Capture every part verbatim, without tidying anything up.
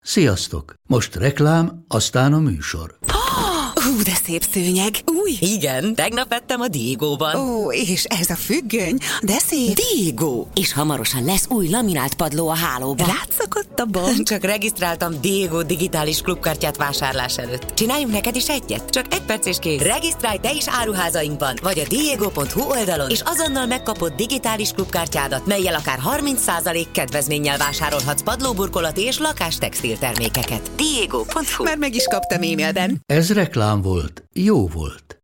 Sziasztok! Most reklám, aztán a műsor. Hú, de szép szőnyeg. Új? Igen, tegnap vettem a Diegóban. Ó, és ez a függöny, de szép. Diegó! És hamarosan lesz új laminált padló a hálóban. Rátszakadt a bank. Csak regisztráltam Diegó digitális klubkártyát vásárlás előtt. Csináljunk neked is egyet? Csak egy perc és kész. Regisztrálj te is áruházainkban, vagy a diego pont hu oldalon, és azonnal megkapod digitális klubkártyádat, mellyel akár harminc százalék kedvezménnyel vásárolhatsz padlóburkolati és lakástextil termékeket. diego pont hu. Már meg is kaptam e-mailben. Ez reklám volt. Jó volt.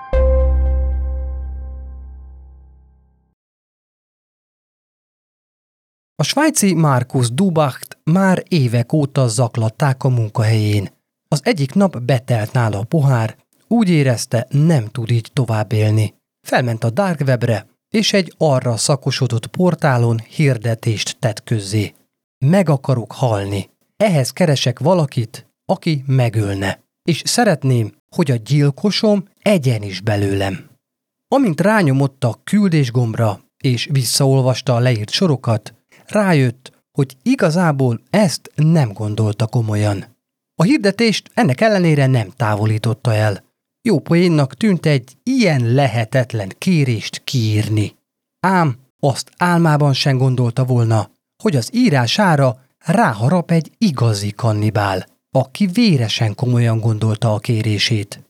A svájci Markus Dubacht már évek óta zaklatták a munkahelyén. Az egyik nap betelt nála a pohár, úgy érezte, nem tud így tovább élni. Felment a dark webre, és egy arra szakosodott portálon hirdetést tett közzé. Meg akarok halni. Ehhez keresek valakit, aki megölne. És szeretném, hogy a gyilkosom egyen is belőlem. Amint rányomott a küldés gombra, és visszaolvasta a leírt sorokat, rájött, hogy igazából ezt nem gondolta komolyan. A hirdetést ennek ellenére nem távolította el. Jó poénnak tűnt egy ilyen lehetetlen kérést kiírni. Ám azt álmában sem gondolta volna, hogy az írására ráharap egy igazi kannibál, aki véresen komolyan gondolta a kérését.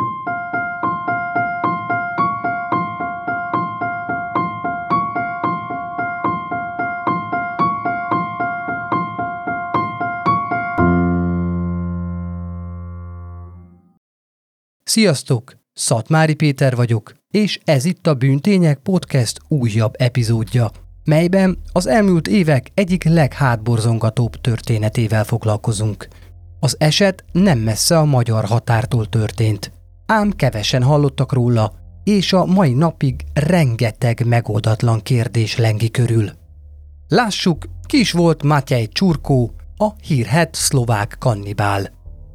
Sziasztok! Szatmári Péter vagyok, és ez itt a Bűntények Podcast újabb epizódja, melyben az elmúlt évek egyik leghátborzongatóbb történetével foglalkozunk. Az eset nem messze a magyar határtól történt, ám kevesen hallottak róla, és a mai napig rengeteg megoldatlan kérdés lengi körül. Lássuk, ki is volt Matej Csurkó, a hírhedt szlovák kannibál.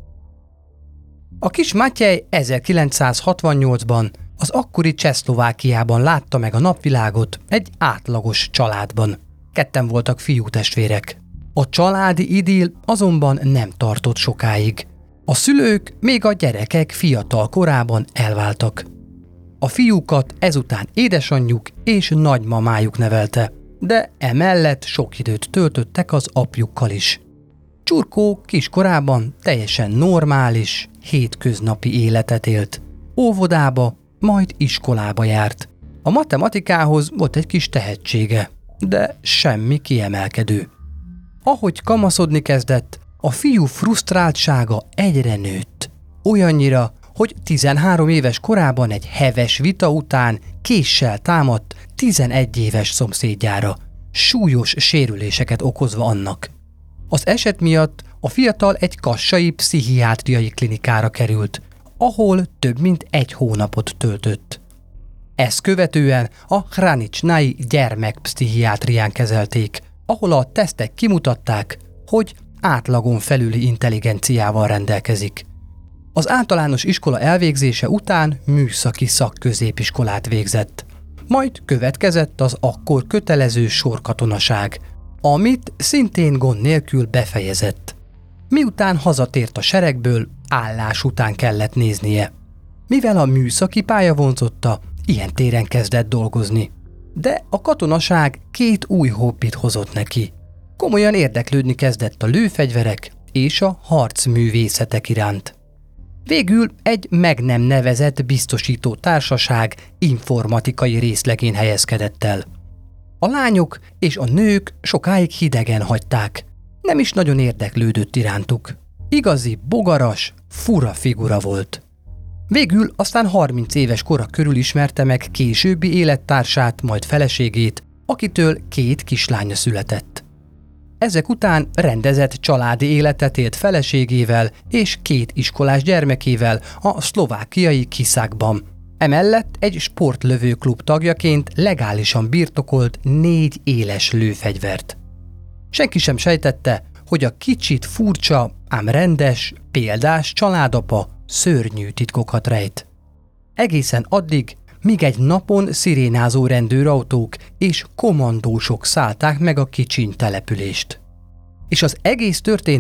A kis Matej ezerkilencszázhatvannyolcban az akkori Csehszlovákiában látta meg a napvilágot egy átlagos családban. Ketten voltak fiútestvérek. A családi idill azonban nem tartott sokáig. A szülők még a gyerekek fiatal korában elváltak. A fiúkat ezután édesanyjuk és nagymamájuk nevelte, de emellett sok időt töltöttek az apjukkal is. Csurkó kiskorában teljesen normális, hétköznapi életet élt. Óvodába, majd iskolába járt. A matematikához volt egy kis tehetsége, de semmi kiemelkedő. Ahogy kamaszodni kezdett, a fiú frusztráltsága egyre nőtt. Olyannyira, hogy tizenhárom éves korában egy heves vita után késsel támadt tizenegy éves szomszédjára, súlyos sérüléseket okozva annak. Az eset miatt a fiatal egy kassai pszichiátriai klinikára került, ahol több mint egy hónapot töltött. Ezt követően a Hraničnai gyermekpszichiátrián kezelték, ahol a tesztek kimutatták, hogy átlagon felüli intelligenciával rendelkezik. Az általános iskola elvégzése után műszaki szakközépiskolát végzett. Majd következett az akkor kötelező sorkatonaság, amit szintén gond nélkül befejezett. Miután hazatért a seregből, állás után kellett néznie. Mivel a műszaki pálya vonzotta, ilyen téren kezdett dolgozni. De a katonaság két új hobbit hozott neki. Komolyan érdeklődni kezdett a lőfegyverek és a harcművészetek iránt. Végül egy meg nem nevezett biztosító társaság informatikai részlegén helyezkedett el. A lányok és a nők sokáig hidegen hagyták. Nem is nagyon érdeklődött irántuk. Igazi, bogaras, fura figura volt. Végül aztán harminc éves kora körül ismerte meg későbbi élettársát, majd feleségét, akitől két kislánya született. Ezek után rendezett családi életet élt feleségével és két iskolás gyermekével a szlovákiai Kiszákban. Emellett egy sportlövőklub tagjaként legálisan birtokolt négy éles lőfegyvert. Senki sem sejtette, hogy a kicsit furcsa, ám rendes, példás családapa szörnyű titkokat rejt. Egészen addig, míg egy napon szirénázó rendőrautók és kommandósok szállták meg a kicsiny települést. És az egész történet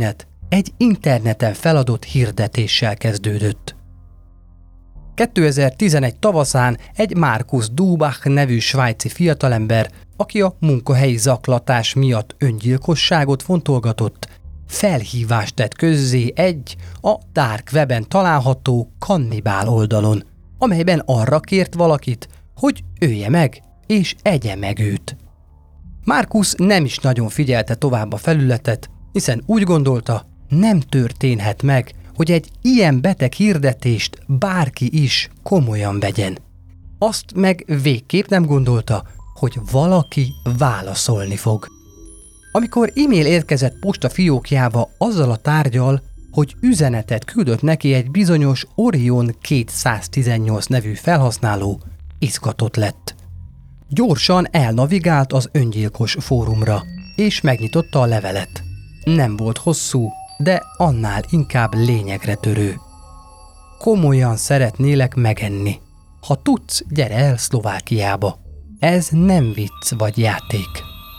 egy interneten feladott hirdetéssel kezdődött. kétezer-tizenegy tavaszán egy Markus Dubach nevű svájci fiatalember, aki a munkahelyi zaklatás miatt öngyilkosságot fontolgatott, felhívást tett közzé egy a Dark Weben található kannibál oldalon, amelyben arra kért valakit, hogy ölje meg és egye meg őt. Markus nem is nagyon figyelte tovább a felületet, hiszen úgy gondolta, nem történhet meg, hogy egy ilyen beteg hirdetést bárki is komolyan vegyen. Azt meg végképp nem gondolta, hogy valaki válaszolni fog. Amikor e-mail érkezett posta fiókjába azzal a tárgyal, hogy üzenetet küldött neki egy bizonyos Orion kétszáztizennyolc nevű felhasználó, izgatott lett. Gyorsan elnavigált az öngyilkos fórumra, és megnyitotta a levelet. Nem volt hosszú, de annál inkább lényegre törő. Komolyan szeretnélek megenni. Ha tudsz, gyere el Szlovákiába. Ez nem vicc vagy játék.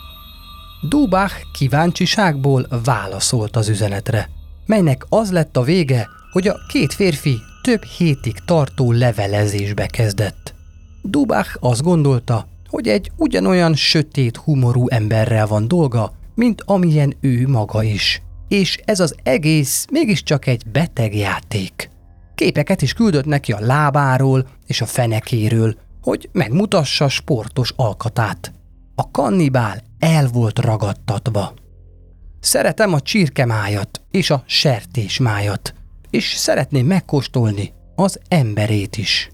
Dubach kíváncsiságból válaszolt az üzenetre, melynek az lett a vége, hogy a két férfi több hétig tartó levelezésbe kezdett. Dubach azt gondolta, hogy egy ugyanolyan sötét humorú emberrel van dolga, mint amilyen ő maga is. És ez az egész mégiscsak egy beteg játék. Képeket is küldött neki a lábáról és a fenekéről, hogy megmutassa sportos alkatát. A kannibál el volt ragadtatva. Szeretem a csirkemájat és a sertésmájat, és szeretném megkóstolni az emberét is.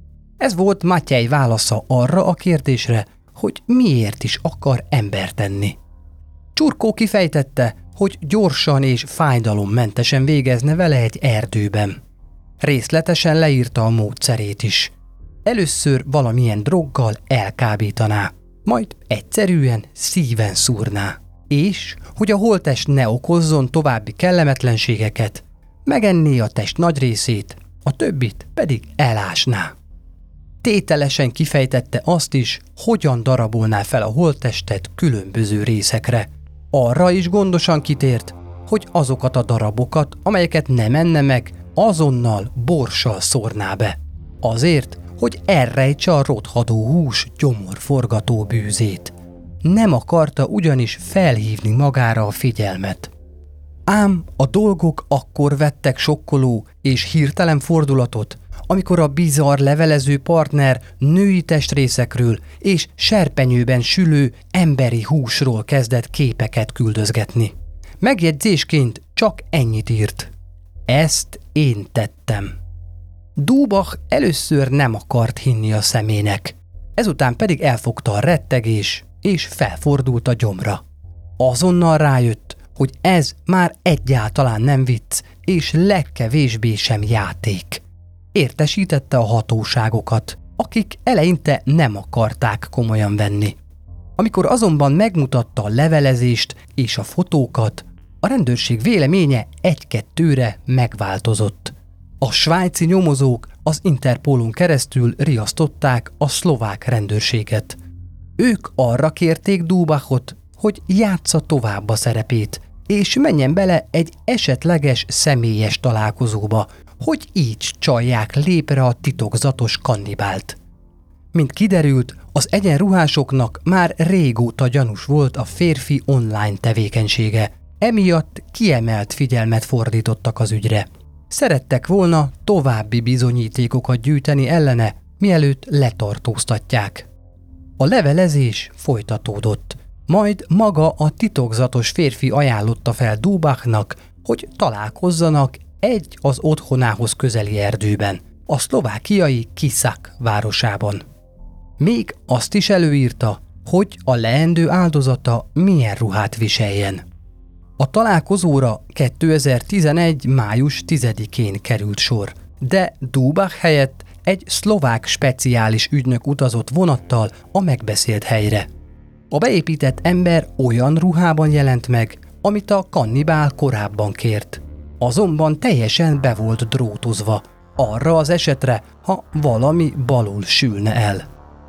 Ez volt Matyej válasza arra a kérdésre, hogy miért is akar embert enni. Csurkó kifejtette, hogy gyorsan és fájdalommentesen végezne vele egy erdőben. Részletesen leírta a módszerét is. Először valamilyen droggal elkábítaná, majd egyszerűen szíven szúrná. És, hogy a holttest ne okozzon további kellemetlenségeket, megenné a test nagy részét, a többit pedig elásná. Tételesen kifejtette azt is, hogyan darabolná fel a holttestet különböző részekre. Arra is gondosan kitért, hogy azokat a darabokat, amelyeket nem enne meg, azonnal borssal szórná be. Azért, hogy elrejtse a rothadó hús gyomorforgató bűzét. Nem akarta ugyanis felhívni magára a figyelmet. Ám a dolgok akkor vettek sokkoló és hirtelen fordulatot, amikor a bizarr levelező partner női testrészekről és serpenyőben sülő emberi húsról kezdett képeket küldözgetni. Megjegyzésként csak ennyit írt. Ezt én tettem. Dubach először nem akart hinni a szemének, ezután pedig elfogta a rettegés, és felfordult a gyomra. Azonnal rájött, hogy ez már egyáltalán nem vicc, és legkevésbé sem játék. Értesítette a hatóságokat, akik eleinte nem akarták komolyan venni. Amikor azonban megmutatta a levelezést és a fotókat, a rendőrség véleménye egy-kettőre megváltozott. A svájci nyomozók az Interpolon keresztül riasztották a szlovák rendőrséget. Ők arra kérték Dubachot, hogy játsza tovább a szerepét, és menjen bele egy esetleges személyes találkozóba, hogy így csalják lépre a titokzatos kannibált. Mint kiderült, az egyenruhásoknak már régóta gyanús volt a férfi online tevékenysége, emiatt kiemelt figyelmet fordítottak az ügyre. Szerettek volna további bizonyítékokat gyűjteni ellene, mielőtt letartóztatják. A levelezés folytatódott, majd maga a titokzatos férfi ajánlotta fel Dubachnak, hogy találkozzanak egy az otthonához közeli erdőben, a szlovákiai Kiszak városában. Még azt is előírta, hogy a leendő áldozata milyen ruhát viseljen. A találkozóra kétezer-tizenegy. május tizedikén került sor, de Dubach helyett egy szlovák speciális ügynök utazott vonattal a megbeszélt helyre. A beépített ember olyan ruhában jelent meg, amit a kannibál korábban kért. Azonban teljesen be volt drótozva, arra az esetre, ha valami balul sülne el.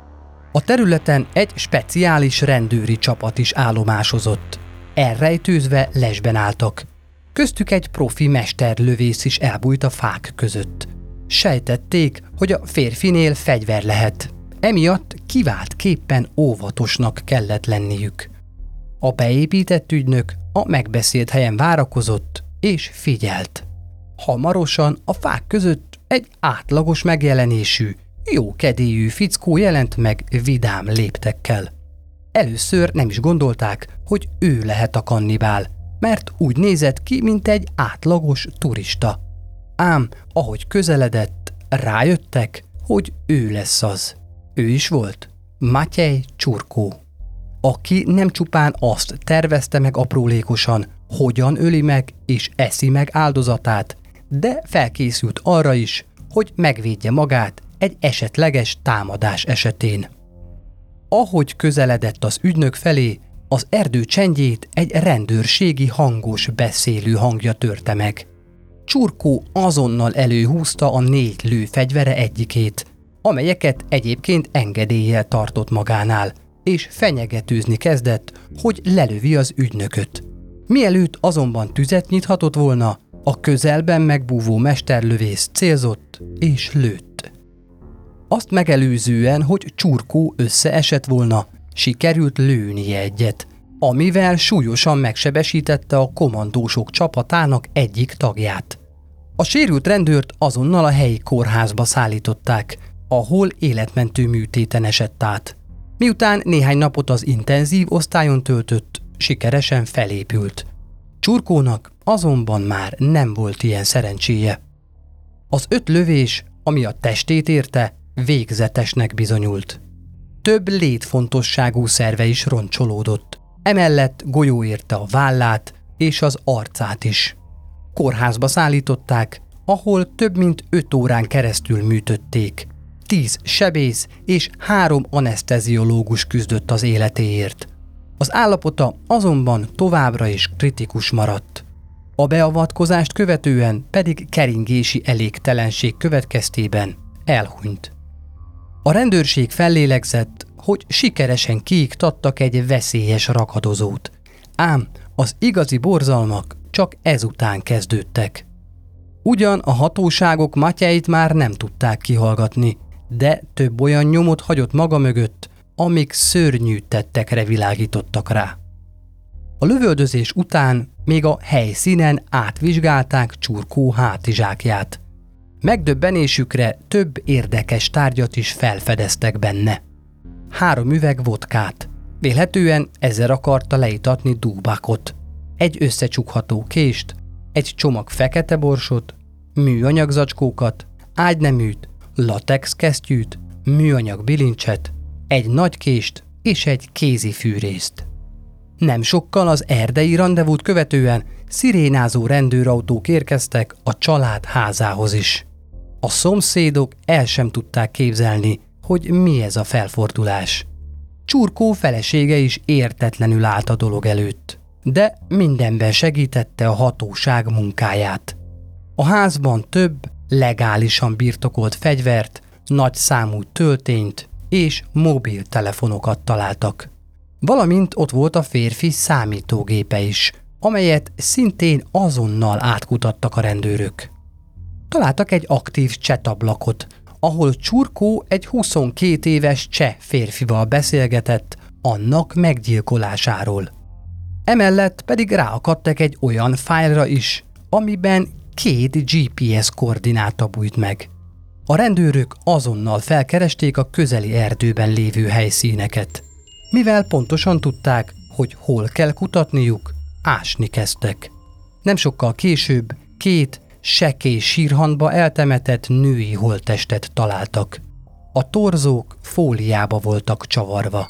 A területen egy speciális rendőri csapat is állomásozott. Elrejtőzve lesben álltak. Köztük egy profi mesterlövész is elbújt a fák között. Sejtették, hogy a férfinél fegyver lehet. Emiatt kiváltképpen óvatosnak kellett lenniük. A beépített ügynök a megbeszélt helyen várakozott és figyelt. Hamarosan a fák között egy átlagos megjelenésű, jó kedélyű fickó jelent meg vidám léptekkel. Először nem is gondolták, hogy ő lehet a kannibál, mert úgy nézett ki, mint egy átlagos turista. Ám, ahogy közeledett, rájöttek, hogy ő lesz az. Ő is volt, Matyej Csurkó, aki nem csupán azt tervezte meg aprólékosan, hogyan öli meg és eszi meg áldozatát, de felkészült arra is, hogy megvédje magát egy esetleges támadás esetén. Ahogy közeledett az ügynök felé, az erdő csendjét egy rendőrségi hangos beszélő hangja törte meg. Csurkó azonnal előhúzta a négy lőfegyvere egyikét, amelyeket egyébként engedéllyel tartott magánál, és fenyegetőzni kezdett, hogy lelövi az ügynököt. Mielőtt azonban tüzet nyithatott volna, a közelben megbúvó mesterlövész célzott és lőtt. Azt megelőzően, hogy Csurkó összeesett volna, sikerült lőnie egyet, amivel súlyosan megsebesítette a kommandósok csapatának egyik tagját. A sérült rendőrt azonnal a helyi kórházba szállították, ahol életmentő műtéten esett át. Miután néhány napot az intenzív osztályon töltött, sikeresen felépült. Csurkónak azonban már nem volt ilyen szerencséje. Az öt lövés, ami a testét érte, végzetesnek bizonyult. Több létfontosságú szerve is roncsolódott. Emellett golyó érte a vállát és az arcát is. Kórházba szállították, ahol több mint öt órán keresztül műtötték. Tíz sebész és három aneszteziológus küzdött az életéért. Az állapota azonban továbbra is kritikus maradt. A beavatkozást követően pedig keringési elégtelenség következtében elhunyt. A rendőrség fellélegzett, hogy sikeresen kiiktattak egy veszélyes rakadozót, ám az igazi borzalmak csak ezután kezdődtek. Ugyan a hatóságok Matyejt már nem tudták kihallgatni, de több olyan nyomot hagyott maga mögött, amik szörnyű tettekre világítottak rá. A lövöldözés után még a helyszínen átvizsgálták Csurkó hátizsákját. Megdöbbenésükre több érdekes tárgyat is felfedeztek benne. Három üveg vodkát, vélhetően ezzel akarta leítatni Dubakot, egy összecsukható kést, egy csomag fekete borsot, műanyag zacskókat, ágyneműt, latex kesztyűt, műanyag bilincset, egy nagy kést és egy kézi fűrészt. Nem sokkal az erdei rendezvút követően szirénázó rendőrautók érkeztek a család házához is. A szomszédok el sem tudták képzelni, hogy mi ez a felfordulás. Csurkó felesége is értetlenül állt a dolog előtt, de mindenben segítette a hatóság munkáját. A házban több legálisan birtokolt fegyvert, nagy számú töltényt és mobiltelefonokat találtak. Valamint ott volt a férfi számítógépe is, amelyet szintén azonnal átkutattak a rendőrök. Találtak egy aktív csetablakot, ahol Csurkó egy huszonkét éves cseh férfival beszélgetett annak meggyilkolásáról. Emellett pedig ráakadtak egy olyan fájlra is, amiben két gé pé es koordináta bújt meg. A rendőrök azonnal felkeresték a közeli erdőben lévő helyszíneket. Mivel pontosan tudták, hogy hol kell kutatniuk, ásni kezdtek. Nem sokkal később két sekély sírhandba eltemetett női holttestet találtak. A torzók fóliába voltak csavarva.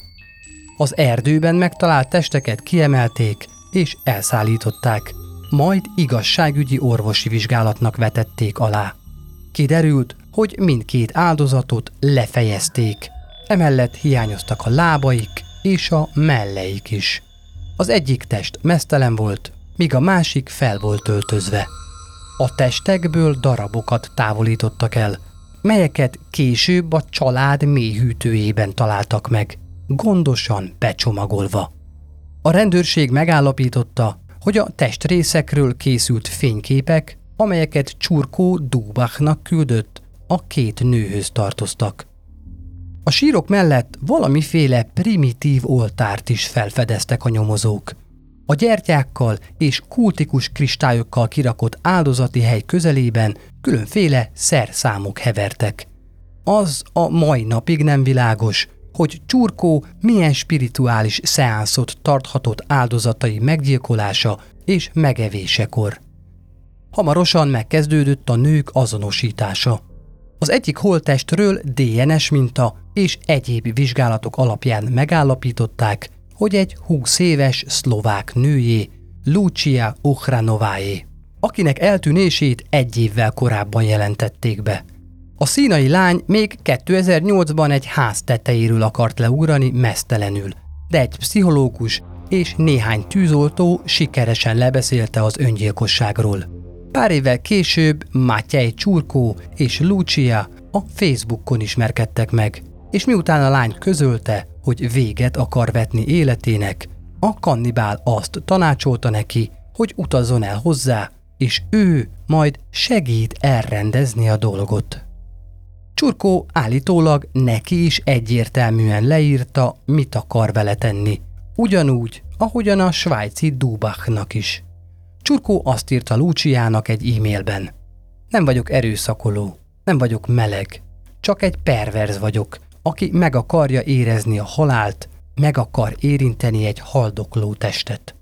Az erdőben megtalált testeket kiemelték és elszállították, majd igazságügyi orvosi vizsgálatnak vetették alá. Kiderült, hogy mindkét áldozatot lefejezték, emellett hiányoztak a lábaik és a melleik is. Az egyik test meztelen volt, míg a másik fel volt öltözve. A testekből darabokat távolítottak el, melyeket később a család mélyhűtőjében találtak meg, gondosan becsomagolva. A rendőrség megállapította, hogy a testrészekről készült fényképek, amelyeket Csurkó Dúbachnak küldött, a két nőhöz tartoztak. A sírok mellett valamiféle primitív oltárt is felfedeztek a nyomozók. A gyertyákkal és kultikus kristályokkal kirakott áldozati hely közelében különféle szerszámok hevertek. Az a mai napig nem világos, hogy Csurkó milyen spirituális szeánszot tarthatott áldozatai meggyilkolása és megevésekor. Hamarosan megkezdődött a nők azonosítása. Az egyik holttestről dé en es minta és egyéb vizsgálatok alapján megállapították, hogy egy húsz éves szlovák nőjé, Lucia Ochranováé, akinek eltűnését egy évvel korábban jelentették be. A színai lány még kétezer-nyolcban egy ház tetejéről akart leugrani meztelenül, de egy pszichológus és néhány tűzoltó sikeresen lebeszélte az öngyilkosságról. Pár évvel később Matej Csurkó és Lucia a Facebookon ismerkedtek meg, és miután a lány közölte, hogy véget akar vetni életének, a kannibál azt tanácsolta neki, hogy utazzon el hozzá, és ő majd segít elrendezni a dolgot. Csurkó állítólag neki is egyértelműen leírta, mit akar vele tenni, ugyanúgy, ahogyan a svájci Dúbachnak is. Csurkó azt írta Luciának egy e-mailben: nem vagyok erőszakoló, nem vagyok meleg, csak egy perverz vagyok, aki meg akarja érezni a halált, meg akar érinteni egy haldokló testet.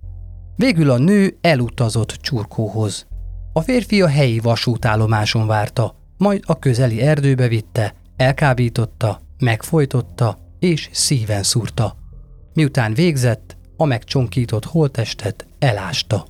Végül a nő elutazott Csurkóhoz. A férfi a helyi vasútállomáson várta, majd a közeli erdőbe vitte, elkábította, megfojtotta és szíven szúrta. Miután végzett, a megcsonkított holttestet elásta.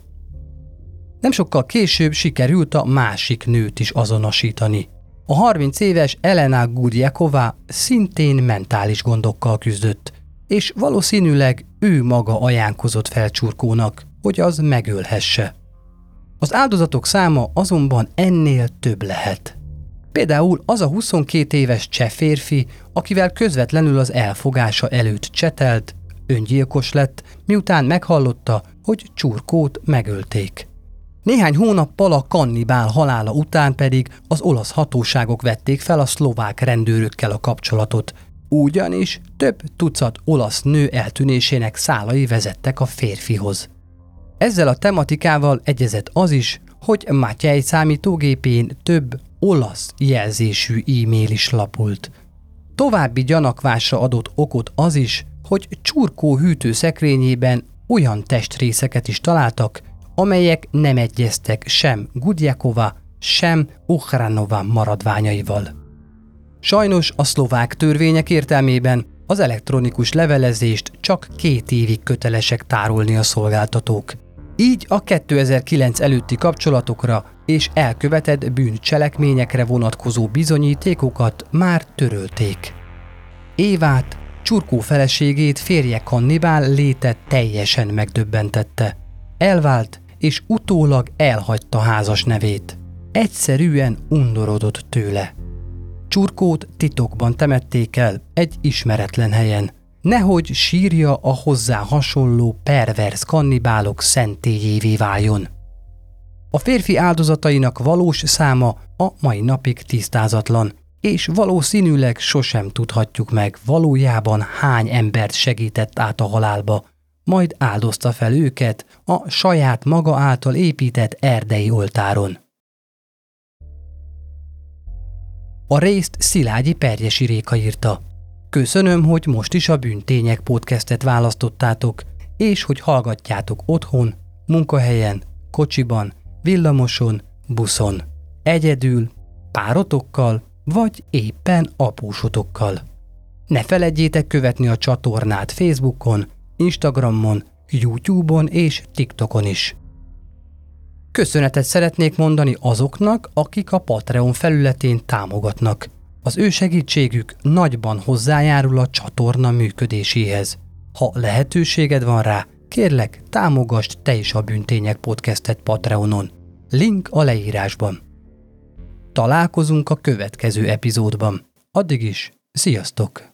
Nem sokkal később sikerült a másik nőt is azonosítani. A harminc éves Elena Gudjakova szintén mentális gondokkal küzdött, és valószínűleg ő maga ajánlkozott fel Csurkónak, hogy az megölhesse. Az áldozatok száma azonban ennél több lehet. Például az a huszonkét éves cseh férfi, akivel közvetlenül az elfogása előtt csetelt, öngyilkos lett, miután meghallotta, hogy Csurkót megölték. Néhány hónappal a kannibál halála után pedig az olasz hatóságok vették fel a szlovák rendőrökkel a kapcsolatot, ugyanis több tucat olasz nő eltűnésének szálai vezettek a férfihoz. Ezzel a tematikával egyezett az is, hogy Matej számítógépén több olasz jelzésű e-mail is lapult. További gyanakvásra adott okot az is, hogy Csurkó hűtőszekrényében olyan testrészeket is találtak, amelyek nem egyeztek sem Gudjakova, sem Ochranova maradványaival. Sajnos a szlovák törvények értelmében az elektronikus levelezést csak két évig kötelesek tárolni a szolgáltatók. Így a kétezer-kilenc előtti kapcsolatokra és elkövetett bűncselekményekre vonatkozó bizonyítékokat már törölték. Évát, Csurkó feleségét férje kannibál léte teljesen megdöbbentette. Elvált és utólag elhagyta házas nevét. Egyszerűen undorodott tőle. Csurkót titokban temették el egy ismeretlen helyen, nehogy sírja a hozzá hasonló perverz kannibálok szentélyévé váljon. A férfi áldozatainak valós száma a mai napig tisztázatlan, és valószínűleg sosem tudhatjuk meg valójában hány embert segített át a halálba, majd áldozta fel őket a saját maga által épített erdei oltáron. A részt Szilágyi Perjesi Réka írta. Köszönöm, hogy most is a Bűntények podcastet választottátok, és hogy hallgatjátok otthon, munkahelyen, kocsiban, villamoson, buszon, egyedül, párotokkal, vagy éppen apósotokkal. Ne feledjétek követni a csatornát Facebookon, Instagramon, YouTube-on és TikTokon is. Köszönetet szeretnék mondani azoknak, akik a Patreon felületén támogatnak. Az ő segítségük nagyban hozzájárul a csatorna működéséhez. Ha lehetőséged van rá, kérlek, támogasd te is a Bűntények podcastet Patreonon. Link a leírásban. Találkozunk a következő epizódban. Addig is, sziasztok!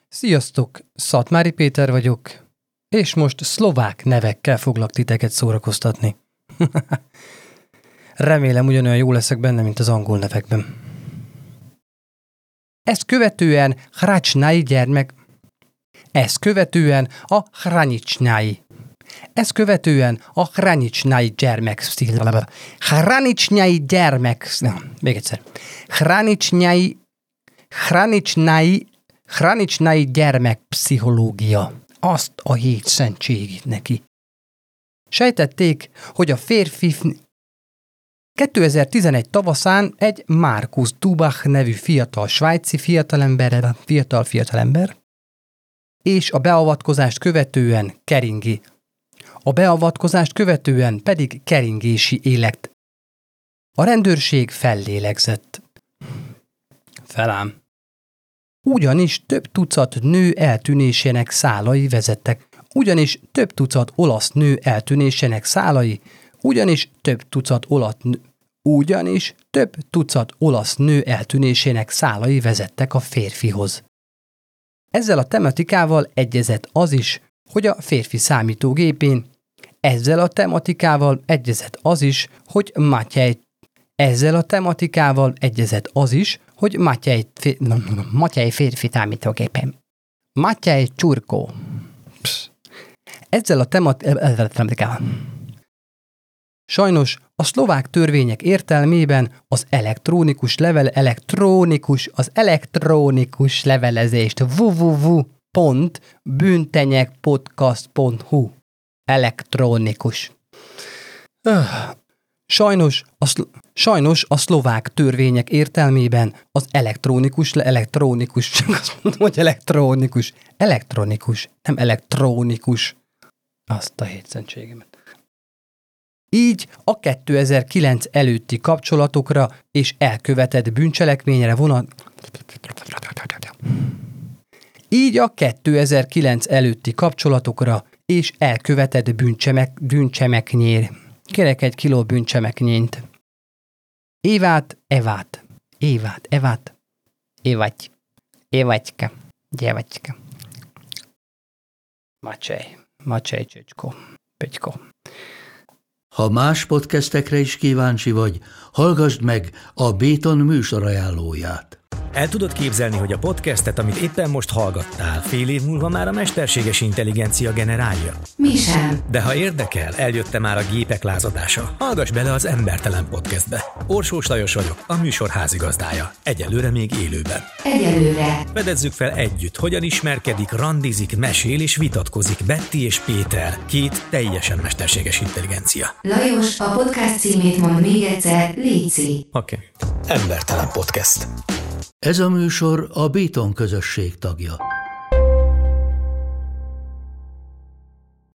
Sziasztok, Szatmári Péter vagyok, és most szlovák nevekkel foglak titeket szórakoztatni. Remélem ugyanolyan jó leszek benne, mint az angol nevekben. Ezt követően Hracsnai gyermek... Ezt követően a Hranicsnai. Ezt követően a Hranicsnai gyermek... Hranicsnai gyermek... Még egyszer. Hranicsnai... Hranicsnai... Hranicsnai gyermekpszichológia. Azt a hét szentségét neki. Sejtették, hogy a férfi... kétezer-tizenegy tavaszán egy Markus Dubach nevű fiatal svájci fiatalember, fiatal fiatalember, és a beavatkozást követően keringi. A beavatkozást követően pedig keringési élet. A rendőrség fellélegzett. Felám. Ugyanis több tucat nő eltűnésének szálai vezettek. Ugyanis több tucat olasz nő eltűnésének szálai, ugyanis több tucat olasz nő, ugyanis több tucat olasz nő eltűnésének szálai vezettek a férfihoz. Ezzel a tematikával egyezett az is, hogy a férfi számítógépén, ezzel a tematikával egyezett az is, hogy Matyej, ezzel a tematikával egyezett az is, hogy Matyej, fér, no, no, no, Matyej férfi számítógépén. Matyej Csurkó. Psz. Ezzel a tematikával. Sajnos a szlovák törvények értelmében az elektronikus level, elektronikus, az elektronikus levelezést www pont bűntenyekpodcast pont hu elektronikus. Sajnos a, szlo- sajnos a szlovák törvények értelmében az elektronikus, le elektronikus, csak azt mondom, hogy elektronikus, elektronikus, nem elektronikus. Azt a hétszentségemet. Így a kétezer-kilenc előtti kapcsolatokra és elkövetett bűncselekményre vonat... Így a kétezer-kilenc előtti kapcsolatokra és elkövetett bűncsemek, bűncsemeknyér. Kérek egy kiló bűncsemeknyényt. Évát, Evát. Évát, Evát. Évaty. Évatyka. Gyevatyka. Macsej. Macsej csöcskó. Pöcskó. Ha más podcastekre is kíváncsi vagy, hallgassd meg a Béton műsor ajánlóját. El tudod képzelni, hogy a podcastet, amit éppen most hallgattál, fél év múlva már a mesterséges intelligencia generálja? Mi sem. De ha érdekel, eljött már a gépek lázadása. Hallgass bele az Embertelen Podcastbe. Orsós Lajos vagyok, a műsor házigazdája. Egyelőre még élőben. Egyelőre. Fedezzük fel együtt, hogyan ismerkedik, randizik, mesél és vitatkozik Betty és Péter, két teljesen mesterséges intelligencia. Lajos, a podcast címét mond még egyszer, léci. Oké. Okay. Embertelen Podcast. Ez a műsor a Béton közösség tagja.